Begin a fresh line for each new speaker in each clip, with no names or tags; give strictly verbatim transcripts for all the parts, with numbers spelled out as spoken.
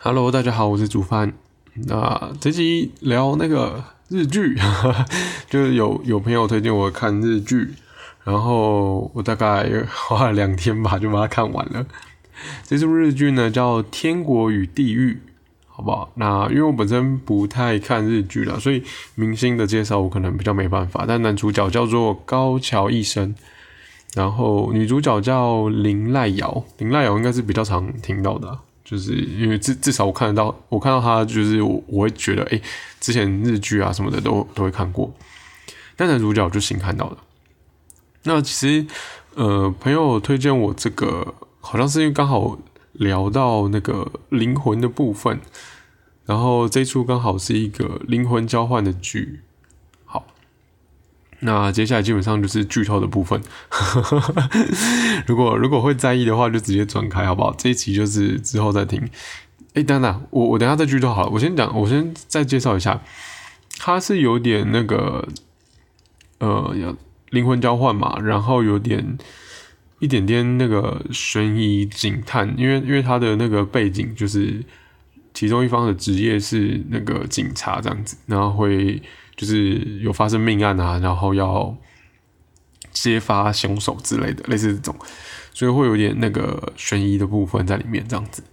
Hello，大家好，我是煮饭。那这集聊那个日剧，就是有有朋友推荐我看日剧，然后我大概花了两天吧，就把它看完了。这出日剧呢叫《天国与地狱》，好不好？那因为我本身不太看日剧啦，所以明星的介绍我可能比较没办法。但男主角叫做高桥一生，然后女主角叫林濑遥，林濑遥应该是比较常听到的啊。就是因为至至少我看得到，我看到他就是我我会觉得，哎、欸，之前日剧啊什么的都都会看过，但男主角我就新看到的。那其实呃，朋友推荐我这个，好像是因为刚好聊到那个灵魂的部分，然后这一出刚好是一个灵魂交换的剧。好，那接下来基本上就是剧透的部分，如果如果会在意的话，就直接转开好不好？这一集就是之后再听。哎，等等，我我等一下再剧透好了。我先讲，我先再介绍一下，它是有点那个呃，灵魂交换嘛，然后有点一点点那个悬疑警探，因为因为它的那个背景就是其中一方的职业是那个警察这样子，然后会。就是有发生命案啊，然后要揭发凶手之类的，类似这种，所以会有点那个悬疑的部分在里面，这样子。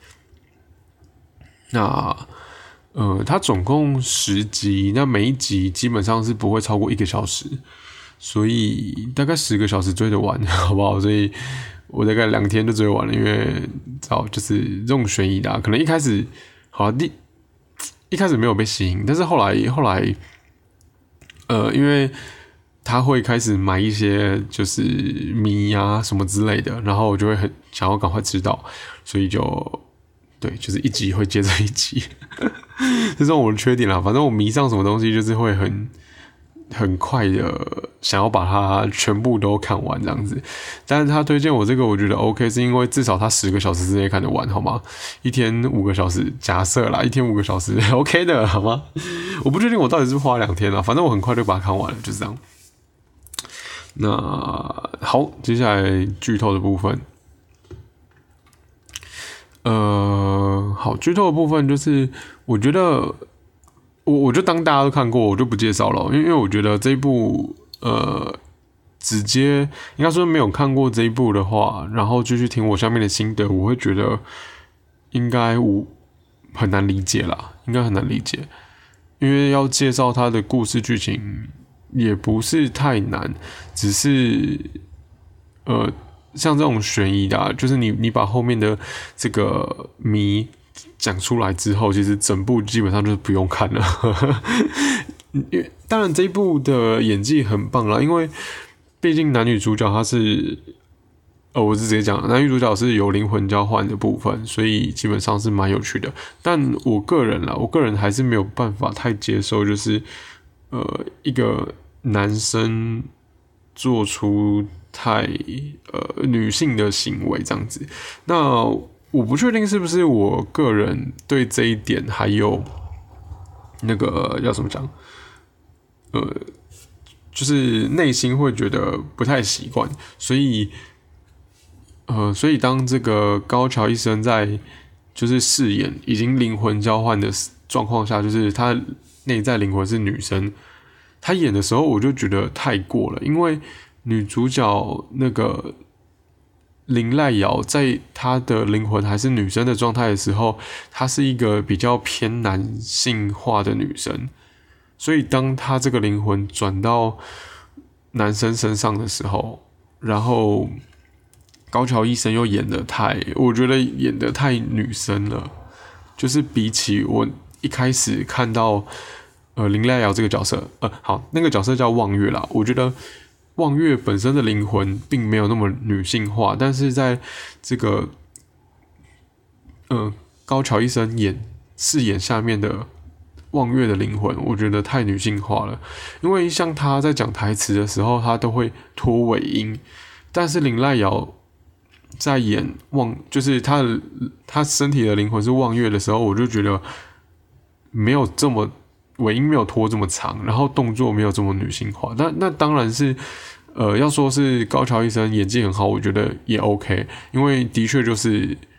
那呃，它总共十集，那每一集基本上是不会超过一个小时，所以大概十个小时追得完，好不好？所以我大概两天就追完了，因为知道就是这种悬疑的、啊，可能一开始好第一开始没有被吸引，但是后来后来。呃，因为他会开始买一些就是谜啊什么之类的，然后我就会很想要赶快知道，所以就对，就是一集会接着一集，这是我的缺点啦。反正我迷上什么东西，就是会很很快的想要把它全部都看完这样子。但是他推荐我这个，我觉得 OK， 是因为至少他十个小时之内看得完，好吗？一天五个小时，假设啦，一天五个小时 ，OK 的，好吗？我不确定我到底是花两天啦，反正我很快就把它看完了，就是这样。那好，接下来剧透的部分，呃，好，剧透的部分就是我觉得。我我就当大家都看过，我就不介绍了，因为因为我觉得这一部呃，直接应该说没有看过这一部的话，然后继续听我下面的心得，我会觉得应该我很难理解啦，应该很难理解，因为要介绍它的故事剧情也不是太难，只是呃，像这种悬疑的、啊，就是你你把后面的这个谜。讲出来之后，其实整部基本上就是不用看了。当然，这一部的演技很棒啦，因为毕竟男女主角他是，呃，我是直接讲，男女主角是有灵魂交换的部分，所以基本上是蛮有趣的。但我个人啦，我个人还是没有办法太接受，就是呃，一个男生做出太呃女性的行为这样子，那。我不确定是不是我个人对这一点还有那个要怎么讲，呃，就是内心会觉得不太习惯，所以，呃，所以当这个高桥医生在就是饰演已经灵魂交换的状况下，就是他内在灵魂是女生，他演的时候我就觉得太过了，因为女主角那个。林濑遥在她的灵魂还是女生的状态的时候，她是一个比较偏男性化的女生，所以当她这个灵魂转到男生身上的时候，然后高桥医生又演得太，我觉得演得太女生了，就是比起我一开始看到呃林濑遥这个角色，呃好那个角色叫望月啦，我觉得。望月本身的灵魂并没有那么女性化，但是在这个呃高桥医生演饰演下面的望月的灵魂，我觉得太女性化了。因为像他在讲台词的时候，他都会拖尾音，但是林濑遥在演望，就是他的他身体的灵魂是望月的时候，我就觉得没有这么。尾音没有拖这么长，然后动作没有这么女性化，那那当然是，呃，要说是高桥医生演技很好，我觉得也 OK， 因为的确就是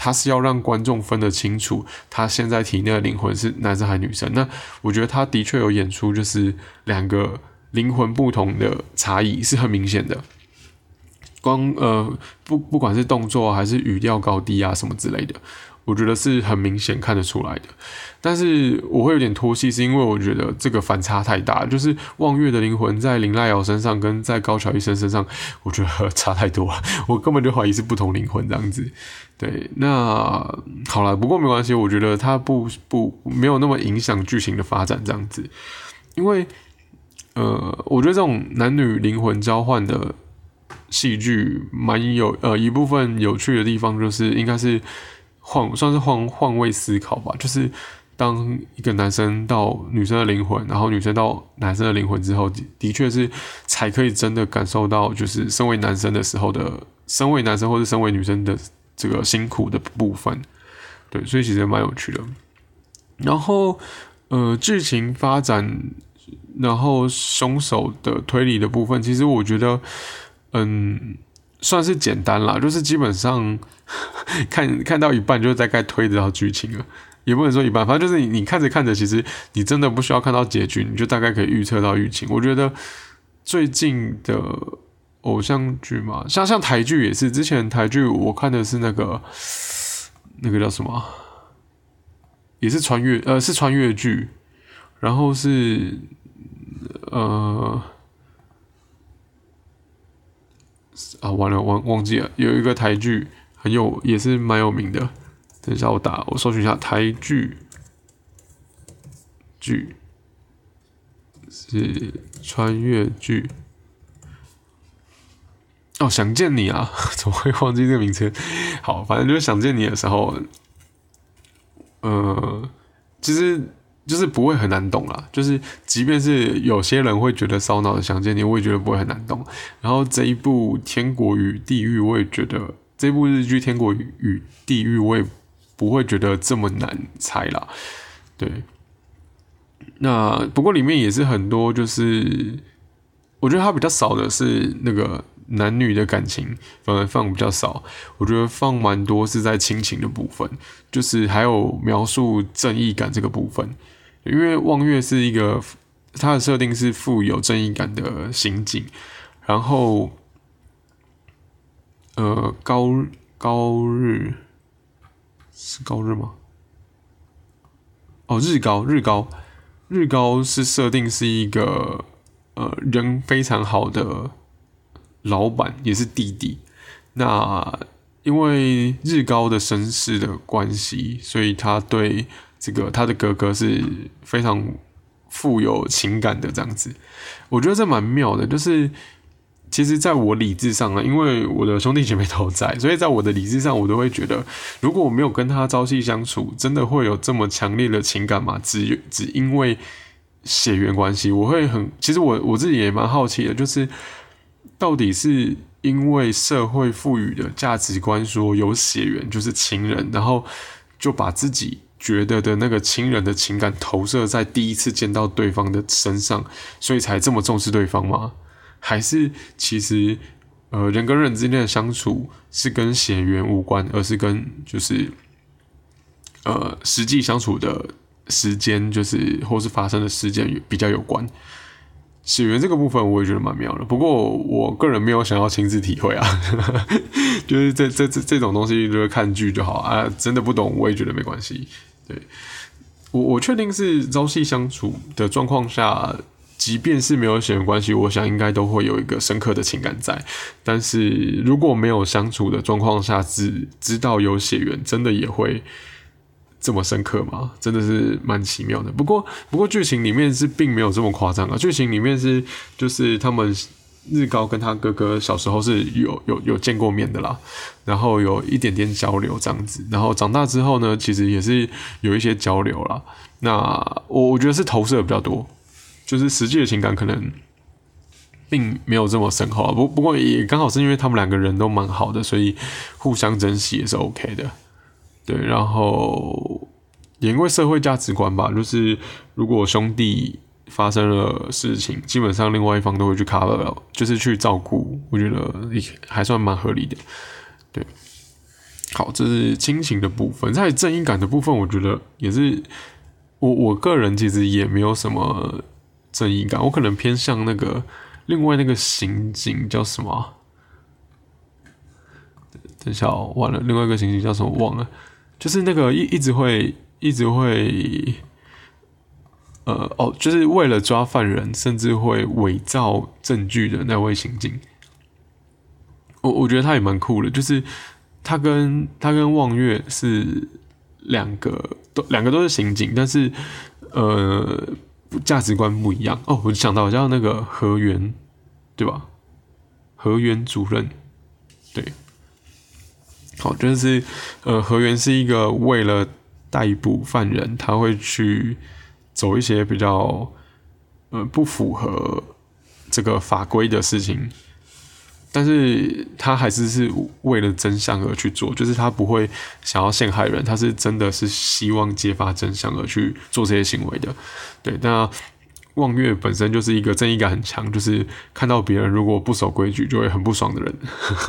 他是要让观众分得清楚，他现在体内的灵魂是男生还是女生。那我觉得他的确有演出，就是两个灵魂不同的差异是很明显的。光呃不不管是动作还是语调高低啊什么之类的，我觉得是很明显看得出来的。但是我会有点脱戏，是因为我觉得这个反差太大，就是望月的灵魂在林濑遥身上跟在高桥一生身上，我觉得差太多了，我根本就怀疑是不同灵魂这样子。对，那好了，不过没关系，我觉得它不不没有那么影响剧情的发展这样子，因为呃，我觉得这种男女灵魂交换的戏剧蛮有呃一部分有趣的地方，就是应该是换算是换换位思考吧，就是当一个男生到女生的灵魂，然后女生到男生的灵魂之后，的确是才可以真的感受到，就是身为男生的时候的，身为男生或是身为女生的这个辛苦的部分。对，所以其实蛮有趣的。然后呃，剧情发展，然后凶手的推理的部分，其实我觉得嗯算是简单啦，就是基本上看看到一半就大概推得到剧情了。也不能说一半，反正就是你你看着看着，其实你真的不需要看到结局，你就大概可以预测到剧情。我觉得最近的偶像剧嘛，像像台剧也是，之前台剧我看的是那个那个叫什么，也是穿越呃是穿越剧，然后是呃啊完了忘忘记了，有一个台剧很有也是蛮有名的。等一下，我打我搜寻一下台剧剧是穿越剧哦，想见你啊，怎么会忘记这个名称？好，反正就是想见你的时候，呃，其实就是不会很难懂啦，就是即便是有些人会觉得烧脑的想见你，我也觉得不会很难懂。然后这一部《天国与地狱》，我也觉得这部日剧《天国与地狱》，我也不会觉得这么难猜啦，对。那不过里面也是很多，就是我觉得它比较少的是那个男女的感情，反而放比较少。我觉得放蛮多是在亲情的部分，就是还有描述正义感这个部分。因为望月是一个它的设定是富有正义感的刑警，然后呃高高日。是高日吗？哦，日高，日高，日高是设定是一个呃人非常好的老板，也是弟弟。那因为日高的身世的关系，所以他对这个他的哥哥是非常富有情感的这样子。我觉得这蛮妙的，就是。其实，在我理智上啊，因为我的兄弟姐妹都在，所以在我的理智上，我都会觉得，如果我没有跟他朝夕相处，真的会有这么强烈的情感吗？只只因为血缘关系，我会很，其实我我自己也蛮好奇的，就是到底是因为社会赋予的价值观说有血缘就是亲人，然后就把自己觉得的那个亲人的情感投射在第一次见到对方的身上，所以才这么重视对方吗？还是其实，呃，人跟人之间的相处是跟血缘无关，而是跟就是呃实际相处的时间，就是或是发生的事件比较有关。血缘这个部分我也觉得蛮妙的，不过我个人没有想要亲自体会啊，就是这这这这种东西就是看剧就好啊，真的不懂我也觉得没关系。对，我我确定是朝夕相处的状况下。即便是没有血缘关系，我想应该都会有一个深刻的情感在。但是如果没有相处的状况下，只知道有血缘，真的也会这么深刻吗？真的是蛮奇妙的。不过，不过剧情里面是并没有这么夸张啊。剧情里面是就是他们日高跟他哥哥小时候是有有有见过面的啦，然后有一点点交流这样子。然后长大之后呢，其实也是有一些交流啦。那我我觉得是投射比较多。就是实际的情感可能并没有这么深厚啊，不不过也刚好是因为他们两个人都蛮好的，所以互相珍惜也是 OK 的。对，然后也因为社会价值观吧，就是如果兄弟发生了事情，基本上另外一方都会去 cover， 就是去照顾，我觉得还算蛮合理的。对， 好，这是亲情的部分。在正义感的部分，我觉得也是我我个人其实也没有什么正义感，我可能偏向那个另外那个刑警叫什么、啊？等一下、哦，忘了另外一个刑警叫什么忘了，就是那个一一直会一直会。呃哦，就是为了抓犯人，甚至会伪造证据的那位刑警，我我觉得他也蛮酷的，就是他跟他跟望月是两个都两个都是刑警，但是呃价值观不一样。哦，我就想到叫那个河原，对吧？河原主任，对，好，就是呃河原是一个为了逮捕犯人，他会去。走一些比较呃不符合这个法规的事情，但是他还是是为了真相而去做，就是他不会想要陷害人，他是真的是希望揭发真相而去做这些行为的。对，那望月本身就是一个正义感很强，就是看到别人如果不守规矩就会很不爽的人。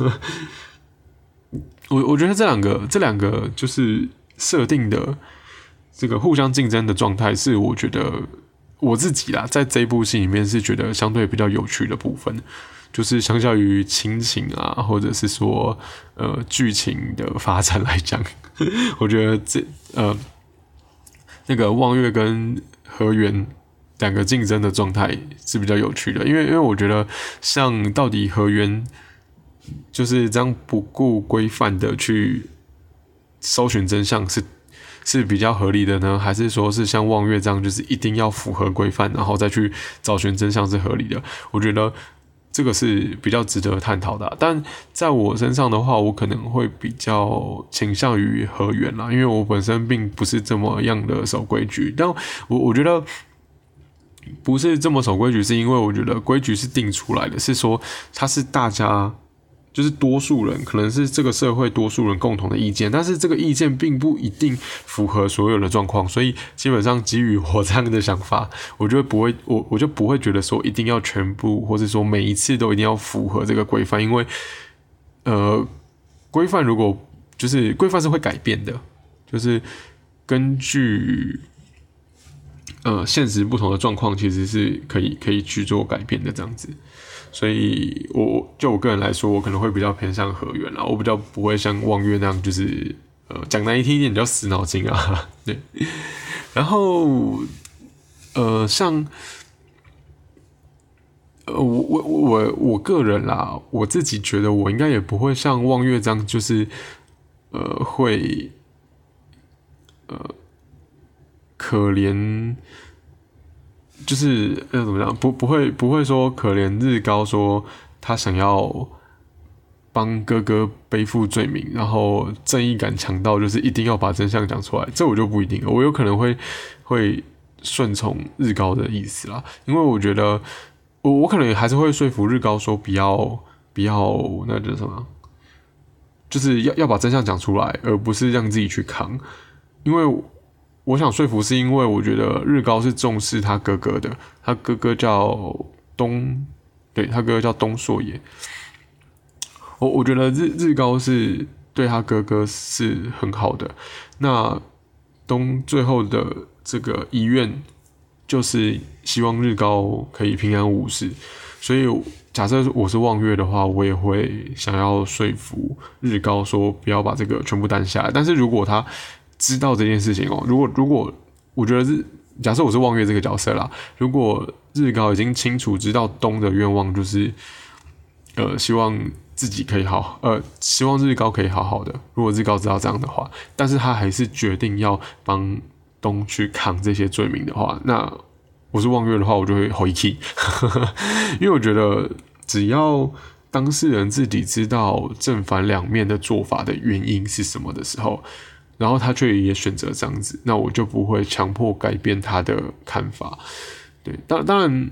我我觉得这两个这两个就是设定的。这个互相竞争的状态是我觉得我自己啦，在这一部戏里面是觉得相对比较有趣的部分，就是相较于亲情啊，或者是说呃剧情的发展来讲，我觉得这呃那个望月跟河原两个竞争的状态是比较有趣的，因为因为我觉得像到底河原就是这样不顾规范的去搜寻真相是。是比较合理的呢，还是说是像望月这样，就是一定要符合规范，然后再去找寻真相是合理的？我觉得这个是比较值得探讨的、啊。但在我身上的话，我可能会比较倾向于河原啦，因为我本身并不是这么样的守规矩。但我我觉得不是这么守规矩，是因为我觉得规矩是定出来的，是说它是大家。就是多数人可能是这个社会多数人共同的意见，但是这个意见并不一定符合所有的状况，所以基本上基于我这样的想法，我就不会我我就不会觉得说一定要全部，或者说每一次都一定要符合这个规范，因为呃规范如果就是规范是会改变的，就是根据呃现实不同的状况，其实是可以可以去做改变的这样子。所以我就我个人来说，我可能会比较偏向河原啦，我比较不会像望月那样，就是呃讲难听一点，比较死脑筋啊。对，然后呃像呃我我我我个人啦，我自己觉得我应该也不会像望月这样，就是呃会呃可怜。就是要怎么讲？不不会不会说可怜日高说他想要帮哥哥背负罪名，然后正义感强到就是一定要把真相讲出来，这我就不一定了。我有可能会会顺从日高的意思啦，因为我觉得我我可能还是会说服日高说不要不要那叫什么，就是要要把真相讲出来，而不是让自己去扛，因为。我想说服是因为我觉得日高是重视他哥哥的，他哥哥叫东，对他哥哥叫东朔也。我我觉得日日高是对他哥哥是很好的。那东最后的这个遗愿就是希望日高可以平安无事，所以假设我是望月的话，我也会想要说服日高说不要把这个全部担下来。但是如果他知道这件事情哦，如果如果我觉得是假设我是望月这个角色啦，如果日高已经清楚知道东的愿望就是呃希望自己可以好呃希望日高可以好好的，如果日高知道这样的话，但是他还是决定要帮东去扛这些罪名的话，那我是望月的话，我就会回气，因为我觉得只要当事人自己知道正反两面的做法的原因是什么的时候。然后他却也选择这样子，那我就不会强迫改变他的看法。对，当当然，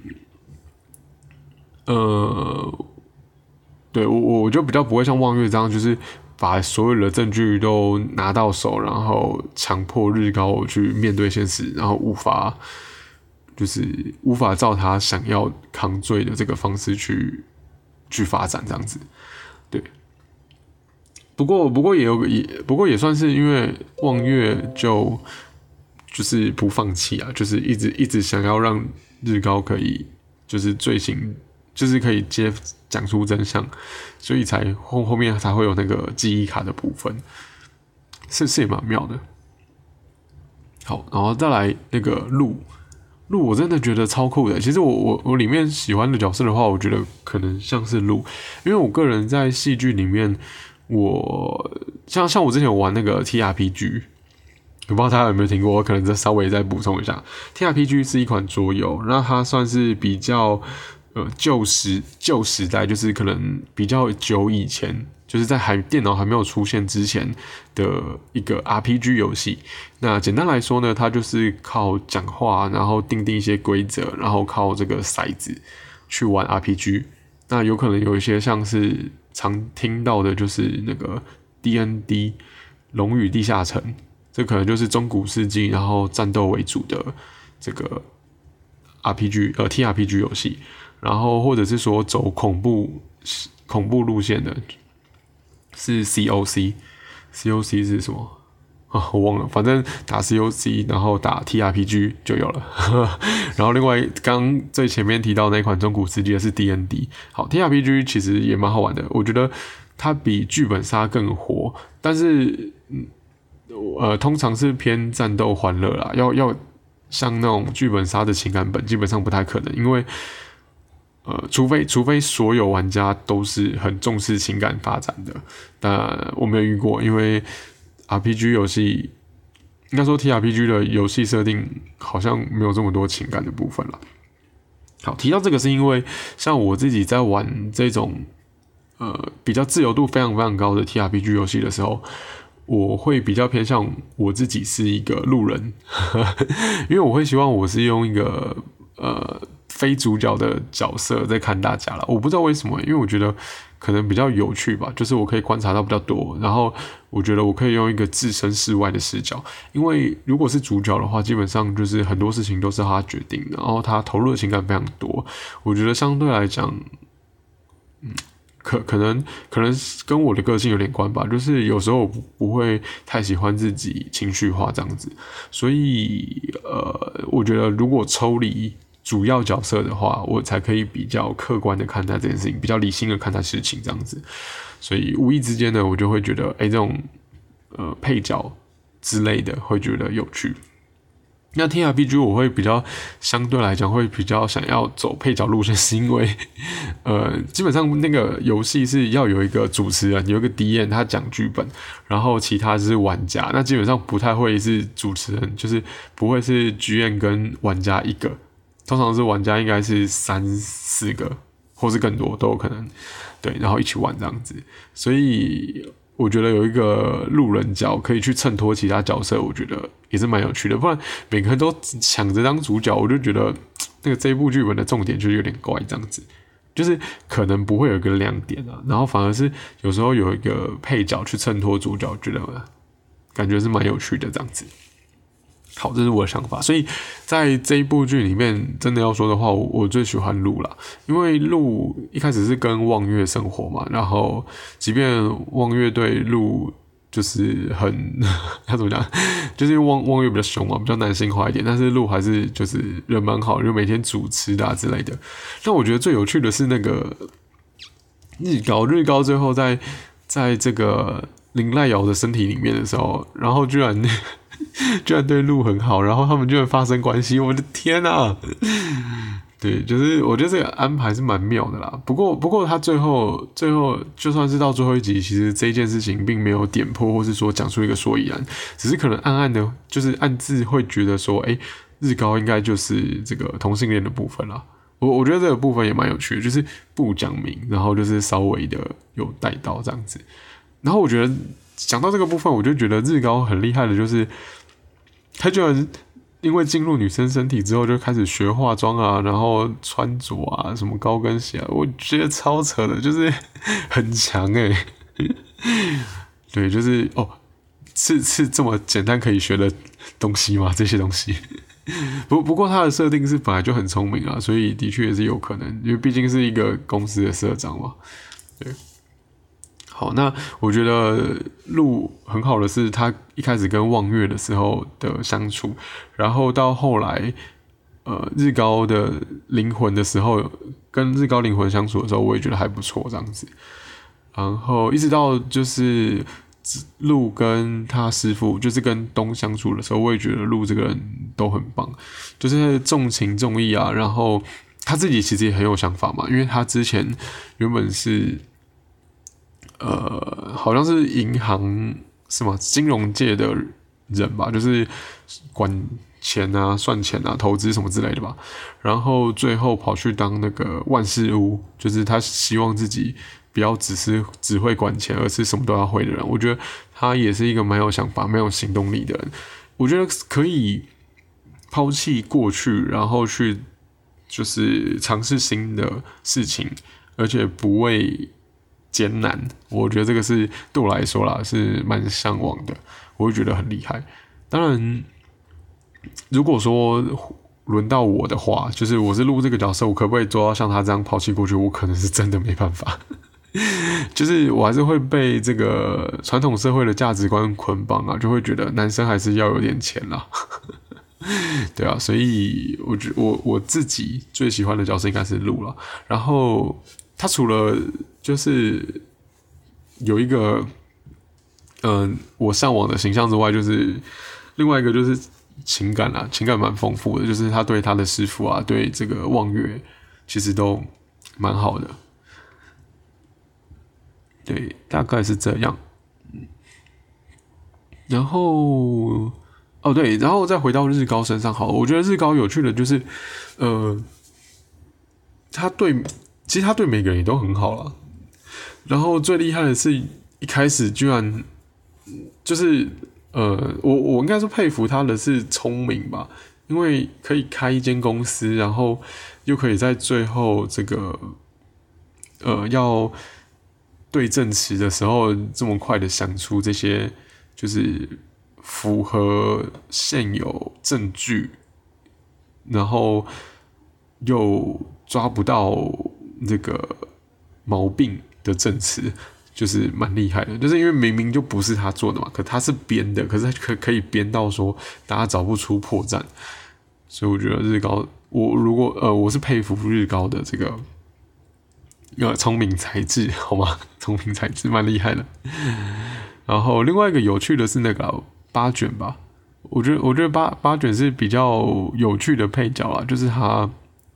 呃，对我我就比较不会像望月这样，就是把所有的证据都拿到手，然后强迫日高去面对现实，然后无法就是无法照他想要扛罪的这个方式去去发展这样子。对， 不过不过也有也不过也算是因为望月就就是不放弃啊，就是一直一直想要让日高可以就是罪行就是可以接讲出真相，所以才后后面才会有那个记忆卡的部分，是是也蛮妙的。好，然后再来那个鹿。鹿我真的觉得超酷的。其实我我我里面喜欢的角色的话，我觉得可能像是鹿，因为我个人在戏剧里面，我像像我之前有玩那个 T R P G， 我不知道大家有没有听过，我可能再稍微再补充一下。T R P G 是一款桌游，那它算是比较呃旧时旧时代，就是可能比较久以前。就是在还电脑还没有出现之前的一个 R P G 游戏。那简单来说呢，它就是靠讲话，然后定定一些规则，然后靠这个骰子去玩 R P G。那有可能有一些像是常听到的，就是那个 D N D 龙与地下城，这可能就是中古世纪然后战斗为主的这个 R P G 呃 T R P G 游戏。然后或者是说走恐怖恐怖路线的。是 C O C，C O C 是什么啊？我忘了，反正打 C O C， 然后打 T R P G 就有了。然后另外刚最前面提到那款中古世纪的是 D N D。好 ，T R P G 其实也蛮好玩的，我觉得它比剧本杀更活，但是呃，通常是偏战斗欢乐啦。要要像那种剧本杀的情感本，基本上不太可能，因为。呃，除非除非所有玩家都是很重视情感发展的，但我没有遇过，因为 R P G 游戏，应该说 T R P G 的游戏设定好像没有这么多情感的部分了。好，提到这个是因为像我自己在玩这种呃比较自由度非常非常高的 T R P G 游戏的时候，我会比较偏向我自己是一个路人，因为我会希望我是用一个呃。非主角的角色在看大家了，我不知道为什么，因为我觉得可能比较有趣吧，就是我可以观察到比较多，然后我觉得我可以用一个置身事外的视角，因为如果是主角的话，基本上就是很多事情都是他决定的，然后他投入的情感非常多，我觉得相对来讲，嗯，可可能可能跟我的个性有点关吧，就是有时候我不不会太喜欢自己情绪化这样子，所以呃，我觉得如果抽离。主要角色的话，我才可以比较客观的看待这件事情，比较理性的看待事情这样子。所以无意之间呢，我就会觉得，哎、欸，这种呃配角之类的会觉得有趣。那 T R P G 我会比较相对来讲会比较想要走配角路线，是因为呃基本上那个游戏是要有一个主持人，有一个 D M 他讲剧本，然后其他就是玩家。那基本上不太会是主持人，就是不会是 G M 跟玩家一个。通常是玩家应该是三四个，或是更多都有可能，对，然后一起玩这样子。所以我觉得有一个路人角可以去衬托其他角色，我觉得也是蛮有趣的。不然每个人都抢着当主角，我就觉得那个这一部剧本的重点就有点怪这样子，就是可能不会有一个亮点啊，然后反而是有时候有一个配角去衬托主角，觉得感觉是蛮有趣的这样子。好，这是我的想法。所以在这一部剧里面，真的要说的话，我我最喜欢鹿啦，因为鹿一开始是跟望月生活嘛，然后即便望月对鹿就是很要怎么讲，就是望望月比较凶嘛，比较男性化一点，但是鹿还是就是人蛮好，就每天煮吃的啊之类的。但我觉得最有趣的是那个日高，日高最后在在这个林濑遥的身体里面的时候，然后居然。居然对鹿很好，然后他们居然发生关系，我的天啊！对，就是我觉得这个安排是蛮妙的啦。不过，不过他最后最后就算是到最后一集，其实这件事情并没有点破，或是说讲出一个所以然，只是可能暗暗的，就是暗自会觉得说，哎，日高应该就是这个同性恋的部分啦。我我觉得这个部分也蛮有趣的，就是不讲明，然后就是稍微的有带到这样子。然后我觉得讲到这个部分，我就觉得日高很厉害的，就是他居然因为进入女生身体之后，就开始学化妆啊，然后穿着啊，什么高跟鞋啊，我觉得超扯的，就是很强哎、欸。对，就是哦，是是这么简单可以学的东西吗？这些东西。不不过他的设定是本来就很聪明啊，所以的确也是有可能，因为毕竟是一个公司的社长嘛。对。 好，那我觉得鹿很好的是，他一开始跟望月的时候的相处，然后到后来，呃，日高的灵魂的时候，跟日高灵魂相处的时候，我也觉得还不错这样子。然后一直到就是鹿跟他师傅，就是跟东相处的时候，我也觉得鹿这个人都很棒，就是重情重义啊。然后他自己其实也很有想法嘛，因为他之前原本是。呃，好像是银行是吗？金融界的人吧，就是管钱啊、算钱啊、投资什么之类的吧。然后最后跑去当那个万事屋，就是他希望自己不要只是只会管钱，而是什么都要会的人。我觉得他也是一个蛮有想法、蛮有行动力的人。我觉得可以抛弃过去，然后去就是尝试新的事情，而且不为艰难，我觉得这个是对我来说啦，是蛮向往的，我会觉得很厉害。当然，如果说轮到我的话，就是我是录这个角色，我可不可以做到像他这样抛弃过去？我可能是真的没办法，就是我还是会被这个传统社会的价值观捆绑啊，就会觉得男生还是要有点钱啦。对啊，所以我觉我我自己最喜欢的角色应该是鹿了。然后他除了就是有一个，嗯、呃，我向往的形象之外，就是另外一个就是情感啦，情感蛮丰富的，就是他对他的师傅啊，对这个望月，其实都蛮好的。对，大概是这样。然后，哦对，然后再回到日高身上好了，我觉得日高有趣的就是，呃，他对，其实他对每个人也都很好啦。然后最厉害的是一开始居然就是呃，我我应该说佩服他的是聪明吧，因为可以开一间公司，然后又可以在最后这个呃要对证词的时候这么快的想出这些就是符合现有证据，然后又抓不到这个毛病的证词，就是蛮厉害的。就是因为明明就不是他做的嘛，可他是编的，可是他可可以编到说大家找不出破绽，所以我觉得日高，我如果呃我是佩服日高的这个呃聪明才智，好吗？聪明才智蛮厉害的。然后另外一个有趣的是那个八卷吧，我觉得我觉得八八卷是比较有趣的配角啦，就是他。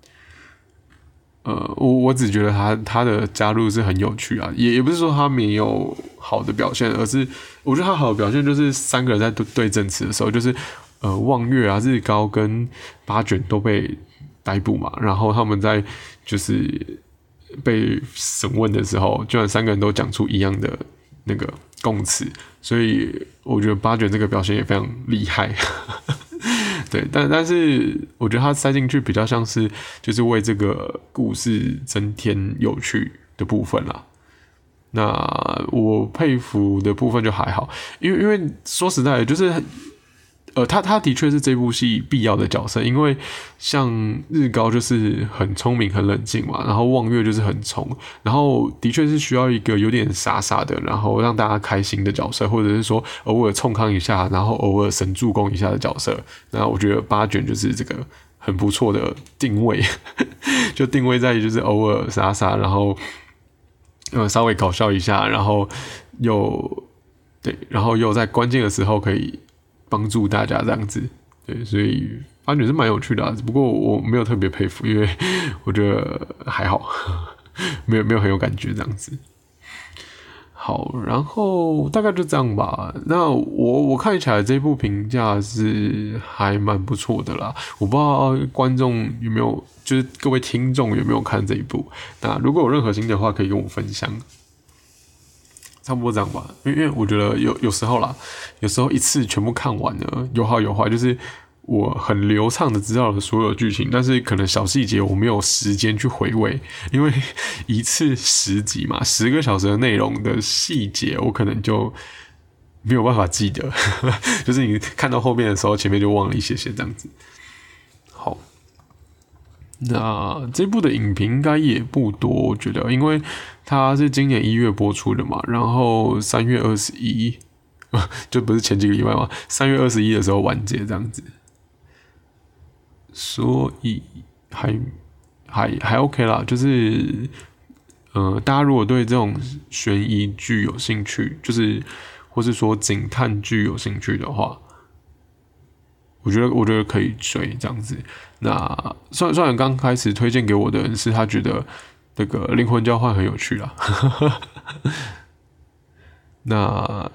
呃，我我只觉得他他的加入是很有趣啊，也也不是说他没有好的表现，而是我觉得他好的表现就是三个人在对对证词的时候，就是呃望月啊、日高跟八卷都被逮捕嘛，然后他们在就是被审问的时候，居然三个人都讲出一样的那个供词，所以我觉得八卷这个表现也非常厉害。对，但但是我觉得他塞进去比较像是就是为这个故事增添有趣的部分啦。那我佩服的部分就还好，因为因为说实在的，就是呃，他他的确是这部戏必要的角色，因为像日高就是很聪明、很冷静嘛，然后望月就是很冲，然后的确是需要一个有点傻傻的，然后让大家开心的角色，或者是说偶尔冲康一下，然后偶尔神助攻一下的角色。那我觉得八卷就是这个很不错的定位，就定位在就是偶尔傻傻，然后呃稍微搞笑一下，然后又对，然后又在关键的时候可以帮助大家这样子，对，所以八卷是蛮有趣的啊，不过我没有特别佩服，因为我觉得还好，没有没有很有感觉这样子。好，然后大概就这样吧。那我我看起来这部评价是还蛮不错的啦，我不知道观众有没有，就是各位听众有没有看这一部？那如果有任何心得的话，可以跟我分享。差不多这样吧，因为我觉得有有时候啦，有时候一次全部看完了，有好有坏，就是我很流畅的知道了所有剧情，但是可能小细节我没有时间去回味，因为一次十集嘛，十个小时的内容的细节，我可能就没有办法记得，就是你看到后面的时候，前面就忘了一些些这样子。好， 那这部的影评应该也不多，我觉得，因为它是今年一月播出的嘛，然后三月二十一，就不是前几个礼拜嘛，三月二十一的时候完结这样子，所以还还还 OK 啦，就是呃，大家如果对这种悬疑剧有兴趣，就是或是说警探剧有兴趣的话。我觉得，我觉得可以追这样子。那虽然虽然刚开始推荐给我的人是他觉得那个灵魂交换很有趣啦，那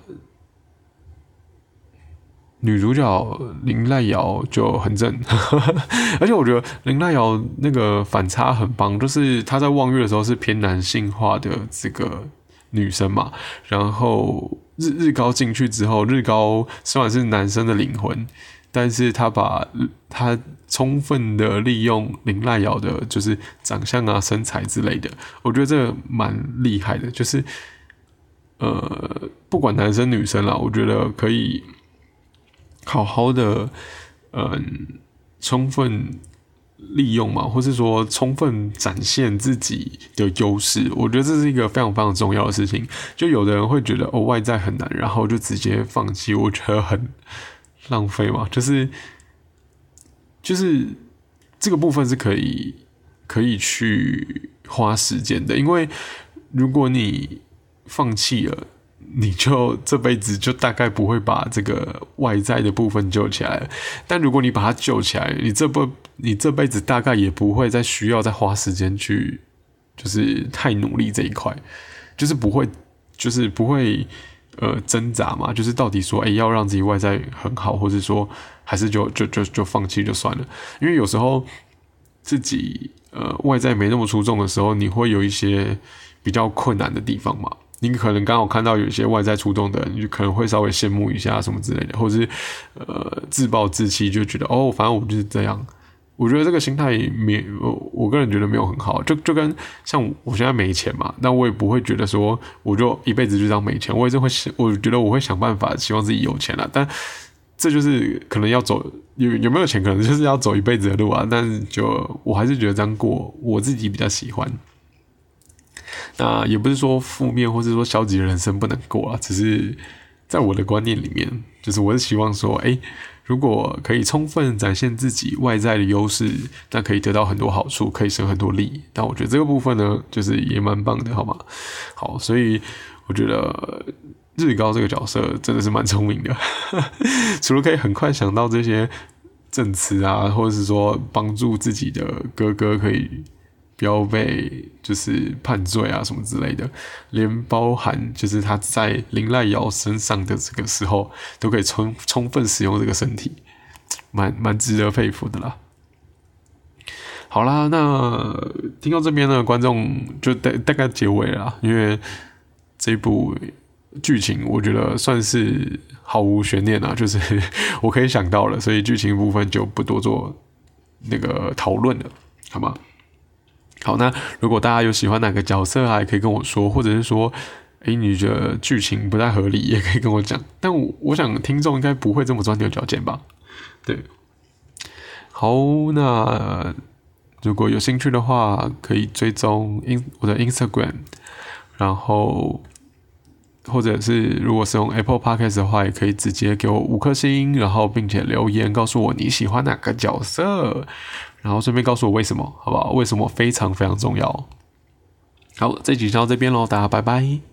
女主角林濑遥就很正，而且我觉得林濑遥那个反差很棒，就是她在望月的时候是偏男性化的这个女生嘛，然后日日高进去之后，日高虽然是男生的灵魂。但是他把他充分的利用林濑遥的，就是长相啊、身材之类的，我觉得这个蛮厉害的。就是呃，不管男生女生啦，我觉得可以好好的嗯，充分利用嘛，或是说充分展现自己的优势。我觉得这是一个非常非常重要的事情。就有的人会觉得哦，外在很难，然后就直接放弃，我觉得很。浪费嘛，就是就是这个部分是可以可以去花时间的，因为如果你放弃了，你就这辈子就大概不会把这个外在的部分救起来了。但如果你把它救起来，你这不你这辈子大概也不会再需要再花时间去，就是太努力这一块，就是不会，就是不会。呃，挣扎嘛，就是到底说，哎、欸，要让自己外在很好，或是说，还是就就就就放弃就算了。因为有时候自己呃外在没那么出众的时候，你会有一些比较困难的地方嘛。你可能刚好看到有一些外在出众的人，你就可能会稍微羡慕一下什么之类的，或者是呃自暴自弃，就觉得哦，反正我就是这样。我觉得这个心态没，我我个人觉得没有很好，就就跟像我现在没钱嘛，但我也不会觉得说我就一辈子就这样没钱，我也是会，我觉得我会想办法，希望自己有钱啦。但这就是可能要走有有没有钱，可能就是要走一辈子的路啊。但是就我还是觉得这样过，我自己比较喜欢。那也不是说负面或是说消极的人生不能过啊，只是在我的观念里面，就是我是希望说，哎。如果可以充分展现自己外在的优势，那可以得到很多好处，可以省很多力。但我觉得这个部分呢，就是也蛮棒的，好吗？好，所以我觉得日高这个角色真的是蛮聪明的，除了可以很快想到这些证词啊，或者是说帮助自己的哥哥可以不要被就是判罪啊什么之类的，连包含就是他在林濑遥身上的这个时候，都可以充充分使用这个身体，蛮蛮值得佩服的啦。好啦，那听到这边呢，观众就大大概结尾了啦，因为这部剧情我觉得算是毫无悬念啊，就是我可以想到了，所以剧情部分就不多做那个讨论了，好吗？好，那如果大家有喜欢哪个角色啊，也可以跟我说，或者是说，哎，你觉得剧情不太合理，也可以跟我讲。但我我想听众应该不会这么钻牛角尖吧？对。好，那如果有兴趣的话，可以追踪我的 Instagram， 然后或者是如果是用 Apple Podcast 的话，也可以直接给我五颗星，然后并且留言告诉我你喜欢哪个角色。然后顺便告诉我为什么，好不好？为什么非常非常重要？好，这集就到这边咯，大家拜拜。